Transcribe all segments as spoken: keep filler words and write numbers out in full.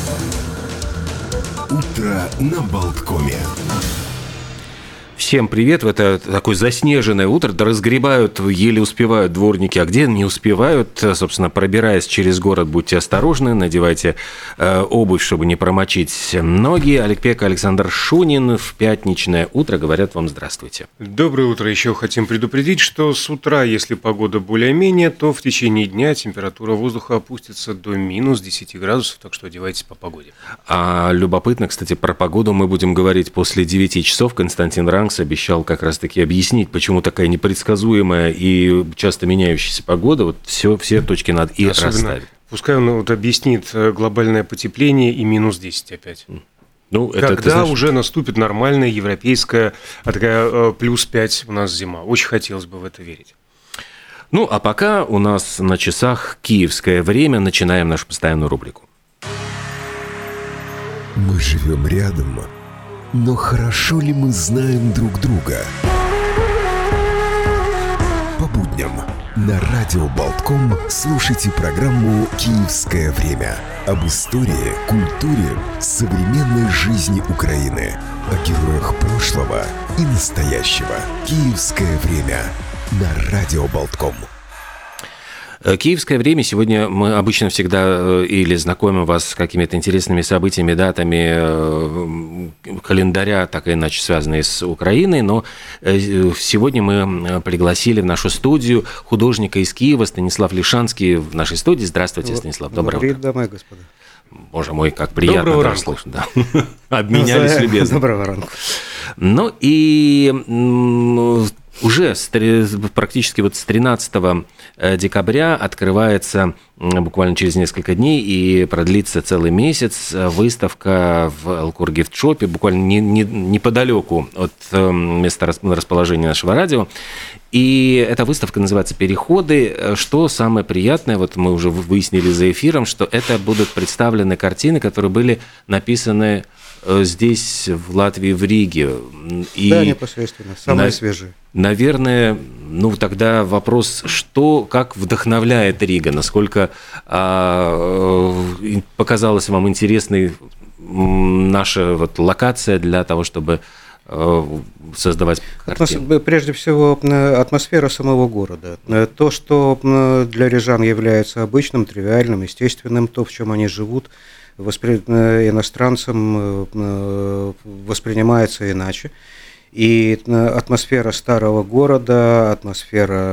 Утро на Болткоме. Всем привет! В это такое заснеженное утро. Да разгребают, еле успевают дворники, а где не успевают, собственно, пробираясь через город, будьте осторожны, надевайте э, обувь, чтобы не промочить ноги. Олег Пека, Александр Шунин в пятничное утро говорят вам здравствуйте. Доброе утро. Еще хотим предупредить, что с утра, если погода более-менее, то в течение дня температура воздуха опустится до минус десять градусов, так что одевайтесь по погоде. А любопытно, кстати, про погоду мы будем говорить после девяти часов. Константин Ранкс обещал как раз-таки объяснить, почему такая непредсказуемая и часто меняющаяся погода. Вот все, все точки над «и» расставить. Пускай он вот объяснит глобальное потепление и минус десять опять. Ну, это, Когда знаешь... уже наступит нормальная европейская, а такая плюс пять у нас зима. Очень хотелось бы в это верить. Ну, а пока у нас на часах киевское время. Начинаем нашу постоянную рубрику. Мы живем рядом, но хорошо ли мы знаем друг друга? По будням на радио Болтком слушайте программу «Киевское время» об истории, культуре, современной жизни Украины, о героях прошлого и настоящего. «Киевское время» на радио Болтком. Киевское время. Сегодня мы обычно всегда или знакомим вас с какими-то интересными событиями, датами календаря, так или иначе связанные с Украиной, но сегодня мы пригласили в нашу студию художника из Киева Станислав Лишанский в нашей студии. Здравствуйте, Станислав. Доброе утро. Привет, дамы и господа. Боже мой, как приятно. Доброго ранку. Слушать, да. Обменялись любезно. Доброго ранку. Ну и уже практически вот с тринадцатого декабря открывается буквально через несколько дней и продлится целый месяц выставка в Элкур Гифтшопе, буквально не, не, неподалеку от места расположения нашего радио. И эта выставка называется «Переходы». Что самое приятное, вот мы уже выяснили за эфиром, что это будут представлены картины, которые были написаны здесь, в Латвии, в Риге. И, да, непосредственно, самые на, свежие. Наверное, ну тогда вопрос, что, как вдохновляет Рига, насколько а, показалась вам интересной наша вот локация для того, чтобы создавать картину? Прежде всего, атмосфера самого города. То, что для рижан является обычным, тривиальным, естественным, то, в чем они живут, воспри... иностранцам воспринимается иначе. И атмосфера старого города, атмосфера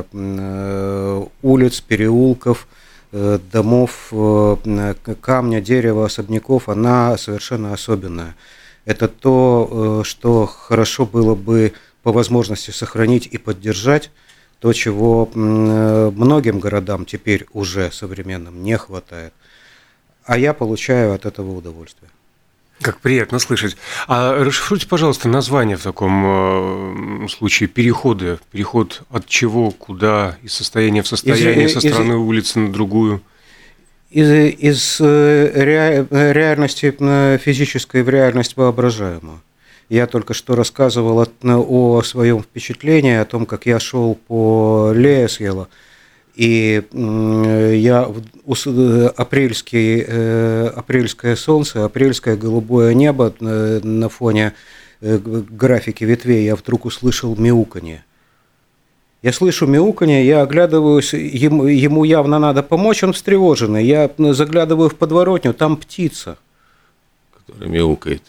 улиц, переулков, домов, камня, дерева, особняков, она совершенно особенная. Это то, что хорошо было бы по возможности сохранить и поддержать, то, чего многим городам теперь уже современным не хватает. А я получаю от этого удовольствие. Как приятно слышать. А расшифруйте, пожалуйста, название в таком э, случае переходы. Переход от чего, куда, из состояния в состояние, из, со стороны из, улицы на другую. Из, из ре, реальности физической в реальность воображаемую. Я только что рассказывал о, о своем впечатлении, о том, как я шел по Леесьелу. И я апрельский, апрельское солнце, апрельское голубое небо на фоне графики ветвей, я вдруг услышал мяуканье. Я слышу мяуканье, я оглядываюсь, ему, ему явно надо помочь, он встревоженный. Я заглядываю в подворотню, там птица. Которая мяукает.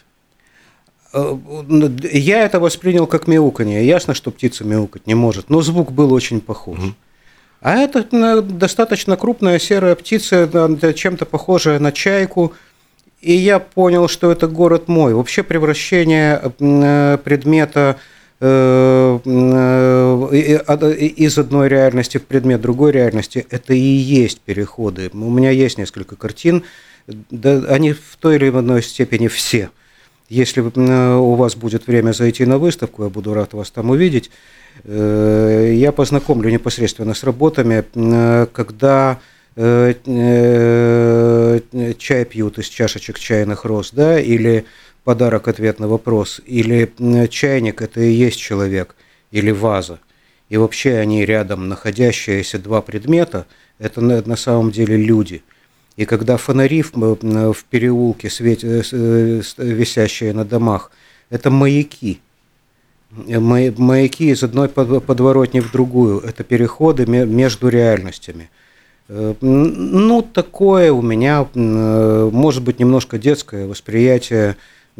Я это воспринял как мяуканье. Ясно, что птица мяукать не может, но звук был очень похож. Mm-hmm. А это достаточно крупная серая птица, чем-то похожая на чайку. И я понял, что это город мой. Вообще превращение предмета из одной реальности в предмет другой реальности – это и есть переходы. У меня есть несколько картин, да, они в той или иной степени все. Если у вас будет время зайти на выставку, я буду рад вас там увидеть. Я познакомлю непосредственно с работами, когда чай пьют из чашечек чайных роз, да, или подарок-ответ на вопрос, или чайник – это и есть человек, или ваза. И вообще они рядом находящиеся два предмета – это на самом деле люди. И когда фонари в, в переулке, свет, висящие на домах, это маяки. Маяки из одной подворотни в другую. Это переходы между реальностями. Ну, такое у меня, может быть, немножко детское восприятие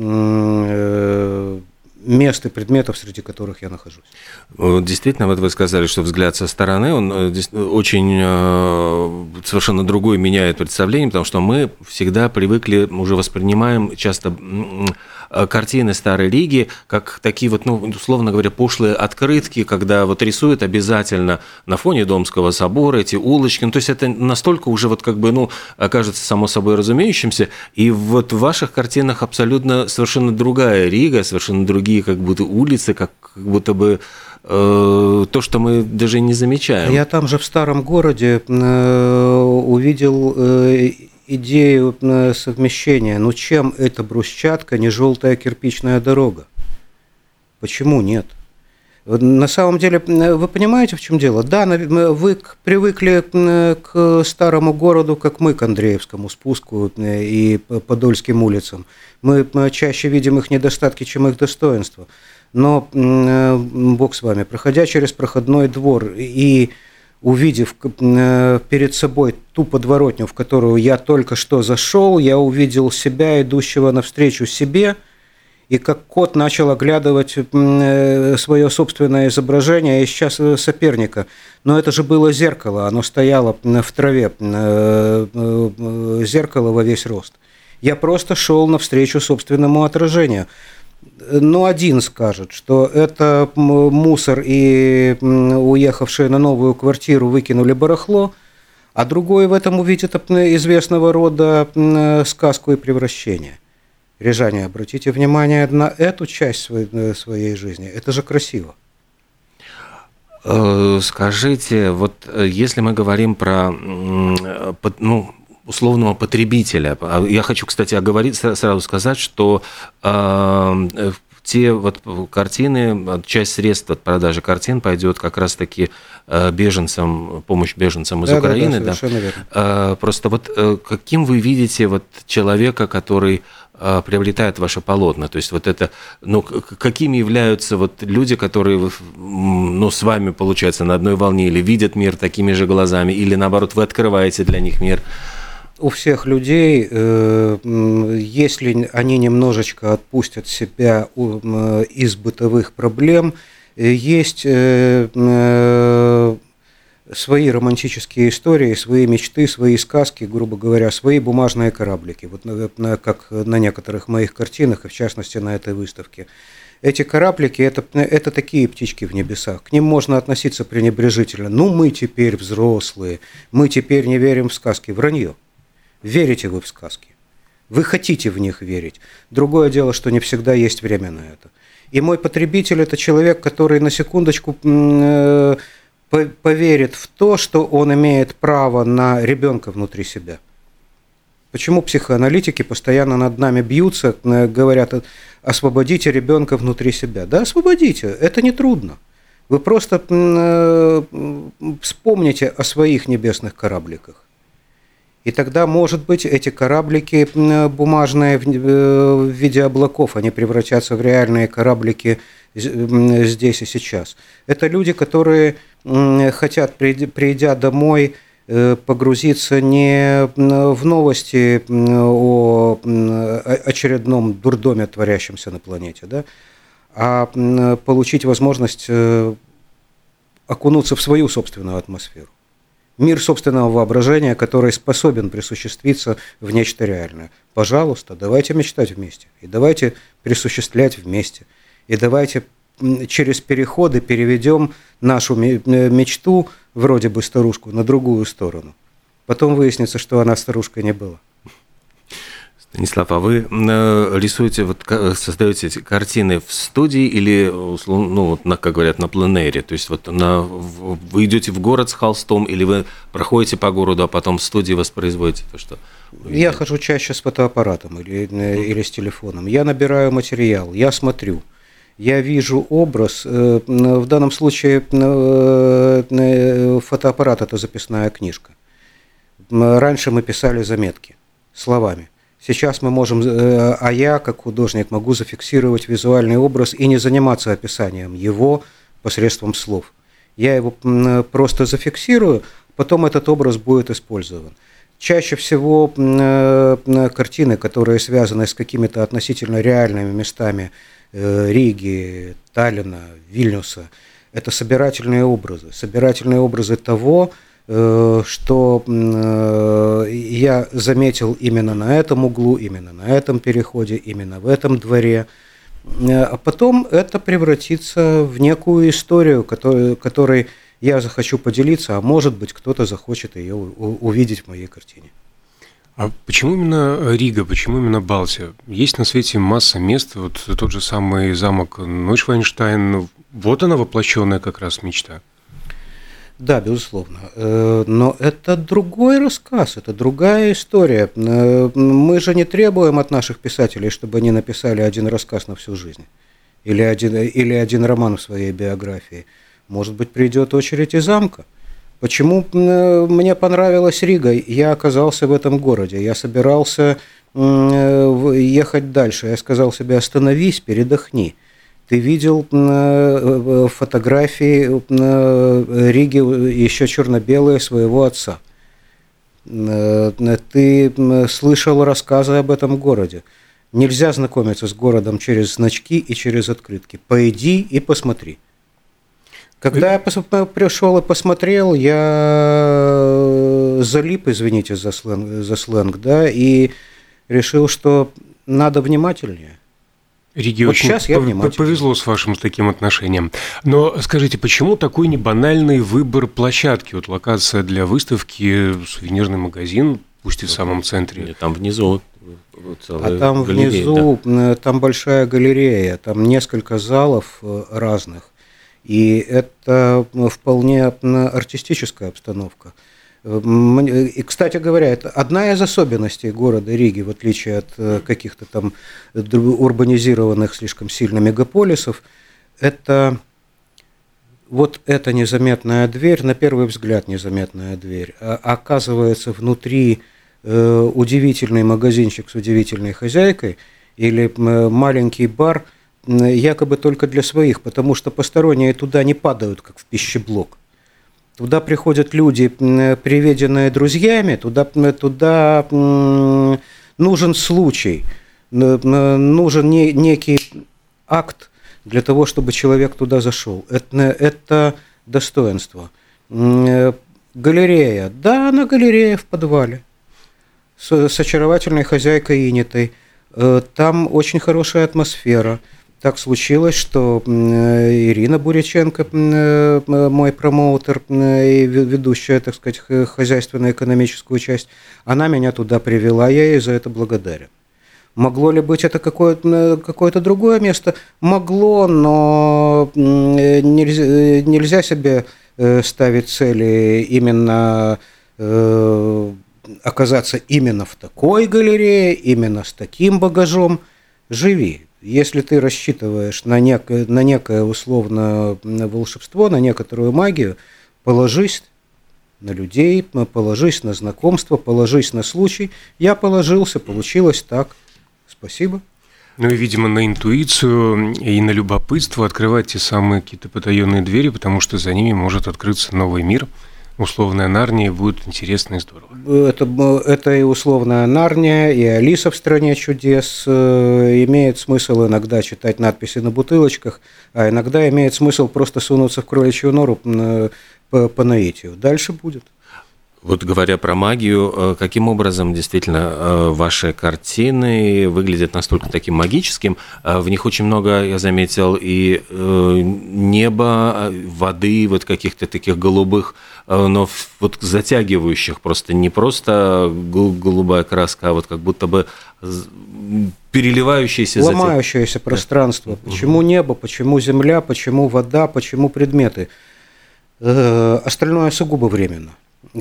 мест и предметов, среди которых я нахожусь. Действительно, вот вы сказали, что взгляд со стороны, он очень совершенно другой меняет представление, потому что мы всегда привыкли, уже воспринимаем часто картины Старой Риги как такие вот, ну, условно говоря, пошлые открытки, когда вот рисуют обязательно на фоне Домского собора эти улочки. Ну, то есть это настолько уже вот как бы, ну, окажется само собой разумеющимся. И вот в ваших картинах абсолютно совершенно другая Рига, совершенно другие как будто улицы, как будто бы э, то, что мы даже не замечаем. Я там же в старом городе э, увидел э, идею совмещения. Ну, чем эта брусчатка, не желтая кирпичная дорога? Почему нет? На самом деле, вы понимаете, в чем дело? Да, вы привыкли к старому городу, как мы к Андреевскому спуску и Подольским улицам. Мы чаще видим их недостатки, чем их достоинства. Но, бог с вами, проходя через проходной двор и увидев перед собой ту подворотню, в которую я только что зашел, я увидел себя, идущего навстречу себе, и как кот начал оглядывать свое собственное изображение, ища соперника. Но это же было зеркало, оно стояло в траве, зеркало во весь рост. Я просто шел навстречу собственному отражению. Но один скажет, что это мусор и уехавшие на новую квартиру выкинули барахло, а другой в этом увидит известного рода сказку и превращение. Рижане, обратите внимание на эту часть своей, своей жизни. Это же красиво. Скажите, вот если мы говорим про, ну, условного потребителя, я хочу, кстати, оговорить, сразу сказать, что э, те вот картины, часть средств от продажи картин пойдет как раз-таки беженцам, помощь беженцам из да, Украины. Да, да, совершенно да. верно. Просто вот каким вы видите вот человека, который приобретает ваши полотна? То есть вот это, ну, какими являются вот люди, которые, ну, с вами, получается, на одной волне, или видят мир такими же глазами, или, наоборот, вы открываете для них мир? У всех людей, если они немножечко отпустят себя из бытовых проблем, есть свои романтические истории, свои мечты, свои сказки, грубо говоря, свои бумажные кораблики, вот как на некоторых моих картинах, и в частности на этой выставке. Эти кораблики это, – это такие птички в небесах, к ним можно относиться пренебрежительно. Ну, мы теперь взрослые, мы теперь не верим в сказки. Вранье. Верите вы в сказки? Вы хотите в них верить. Другое дело, что не всегда есть время на это. И мой потребитель – это человек, который на секундочку поверит в то, что он имеет право на ребенка внутри себя. Почему психоаналитики постоянно над нами бьются, говорят, освободите ребенка внутри себя? Да, освободите, это нетрудно. Вы просто вспомните о своих небесных корабликах. И тогда, может быть, эти кораблики бумажные в виде облаков, они превратятся в реальные кораблики здесь и сейчас. Это люди, которые хотят, придя домой, погрузиться не в новости о очередном дурдоме, творящемся на планете, да, а получить возможность окунуться в свою собственную атмосферу. Мир собственного воображения, который способен присуществиться в нечто реальное. Пожалуйста, давайте мечтать вместе. И давайте присуществлять вместе. И давайте через переходы переведем нашу мечту, вроде бы старушку, на другую сторону. Потом выяснится, что она старушкой не была. Станислав, а вы рисуете, вот, создаете эти картины в студии или, ну, вот, на, как говорят, на пленэре? То есть вот на, вы идете в город с холстом или вы проходите по городу, а потом в студии воспроизводите то, что вы Я хожу чаще с фотоаппаратом или, mm-hmm. или с телефоном. Я набираю материал, я смотрю. Я вижу образ. В данном случае фотоаппарат – это записная книжка. раньше мы писали заметки словами. Сейчас мы можем, а я, как художник, могу зафиксировать визуальный образ и не заниматься описанием его посредством слов. Я его просто зафиксирую, потом этот образ будет использован. Чаще всего картины, которые связаны с какими-то относительно реальными местами Риги, Таллина, Вильнюса, это собирательные образы. Собирательные образы того, что я заметил именно на этом углу, именно на этом переходе, именно в этом дворе. А потом это превратится в некую историю, которой, которой я захочу поделиться, а может быть, кто-то захочет ее увидеть в моей картине. А почему именно Рига, почему именно Балтия? Есть на свете масса мест, вот тот же самый замок Нойшвайнштайн, вот она воплощенная как раз мечта. Да, безусловно. Но это другой рассказ, это другая история. Мы же не требуем от наших писателей, чтобы они написали один рассказ на всю жизнь или один, или один роман в своей биографии. Может быть, придет очередь и замка. Почему мне понравилась Рига? Я оказался в этом городе, я собирался ехать дальше. Я сказал себе: остановись, передохни. Ты видел фотографии Риги еще черно-белые своего отца. Ты слышал рассказы об этом городе. Нельзя знакомиться с городом через значки и через открытки. Пойди и посмотри. Когда я пришел и посмотрел, я залип, извините за сленг, за сленг, да, и решил, что надо внимательнее. Риге вот очень сейчас я внимательный. Повезло с вашим таким отношением. Но скажите, почему такой небанальный выбор площадки? Вот локация для выставки, сувенирный магазин, пусть и в самом центре. Нет, там внизу А там галерея, внизу, да. Там большая галерея, там несколько залов разных. И это вполне артистическая обстановка. И, кстати говоря, это одна из особенностей города Риги, в отличие от каких-то там урбанизированных слишком сильно мегаполисов, это вот эта незаметная дверь, на первый взгляд незаметная дверь, а оказывается внутри удивительный магазинчик с удивительной хозяйкой или маленький бар, якобы только для своих, потому что посторонние туда не падают, как в пищеблок. Туда приходят люди, приведенные друзьями, туда, туда нужен случай, нужен некий акт для того, чтобы человек туда зашел. Это, это достоинство. Галерея. Да, она галерея в подвале с, с очаровательной хозяйкой Инитой. Там очень хорошая атмосфера. Так случилось, что Ирина Буряченко, мой промоутер и ведущая, так сказать, хозяйственно-экономическую часть, она меня туда привела, я ей за это благодарен. Могло ли быть это какое-то, какое-то другое место? Могло, но нельзя, нельзя себе ставить цели именно оказаться именно в такой галерее, именно с таким багажом. Живи. Если ты рассчитываешь на некое, на некое условное волшебство, на некоторую магию, положись на людей, положись на знакомство, положись на случай. Я положился, получилось так. Спасибо. Ну и, видимо, на интуицию и на любопытство открывать те самые какие-то потаенные двери, потому что за ними может открыться новый мир. Условная Нарния будет интересно и здорово. Это, это и условная Нарния, и Алиса в стране чудес. Имеет смысл иногда читать надписи на бутылочках, а иногда имеет смысл просто сунуться в кроличью нору по, по наитию. Дальше будет. Вот говоря про магию, каким образом действительно ваши картины выглядят настолько таким магическим? В них очень много, я заметил, и неба, воды, вот каких-то таких голубых, но вот затягивающих, просто не просто голубая краска, а вот как будто бы переливающееся... Ломающееся затя... пространство. Да. Почему небо, почему земля, почему вода, почему предметы? Остальное сугубо временно.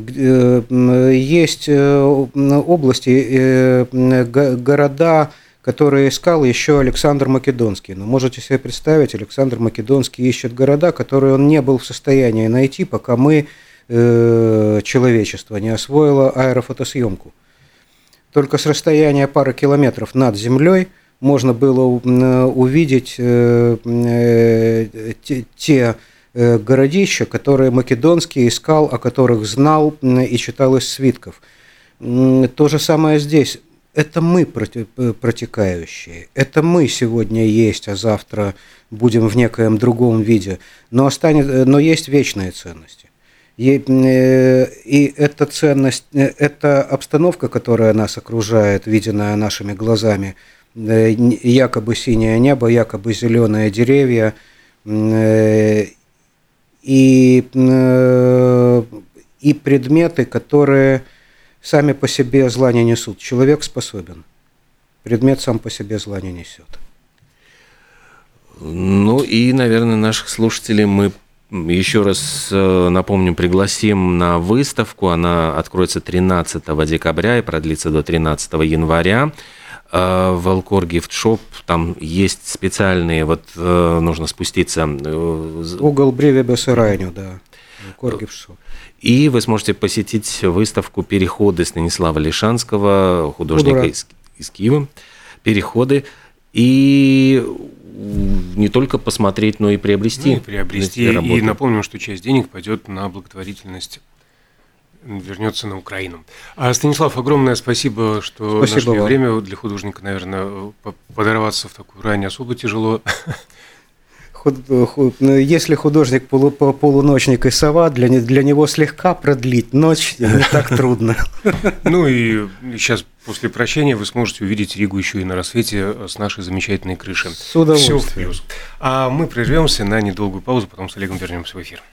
Есть области, города, которые искал еще Александр Македонский. Но можете себе представить, Александр Македонский ищет города, которые он не был в состоянии найти, пока мы э, человечество не освоило аэрофотосъемку. Только с расстояния пары километров над землей можно было увидеть э, э, те, те городища, которые Македонский искал, о которых знал и читал из свитков. То же самое здесь. Это мы протекающие, это мы сегодня есть, а завтра будем в некоем другом виде, но, останет, но есть вечные ценности. И, и эта ценность, эта обстановка, которая нас окружает, виденная нашими глазами, якобы синее небо, якобы зеленые деревья, и, и предметы, которые сами по себе зла не несут. Человек способен. Предмет сам по себе зла не несет. Ну и, наверное, наших слушателей мы еще раз напомним, пригласим на выставку. Она откроется тринадцатого декабря и продлится до тринадцатого января. В Алкор Гифтшоп там есть специальные, вот нужно спуститься. Угол Бриве Бесарайню, да. Алкор Гифтшоп. И вы сможете посетить выставку «Переходы» Станислава Лишанского, художника из, из Киева. «Переходы». И не только посмотреть, но и приобрести. Ну, и приобрести. И напомним, что часть денег пойдет на благотворительность, вернется на Украину. А, Станислав, огромное спасибо, что спасибо нашли вам. Время. Для художника, наверное, подорваться в такую рань особо тяжело. Если художник полуночник и сова, для, для него слегка продлить ночь не так трудно. Ну и сейчас после прощания вы сможете увидеть Ригу еще и на рассвете с нашей замечательной крыши. С удовольствием. Все в плюс. А мы прервемся на недолгую паузу, потом с Олегом вернемся в эфир.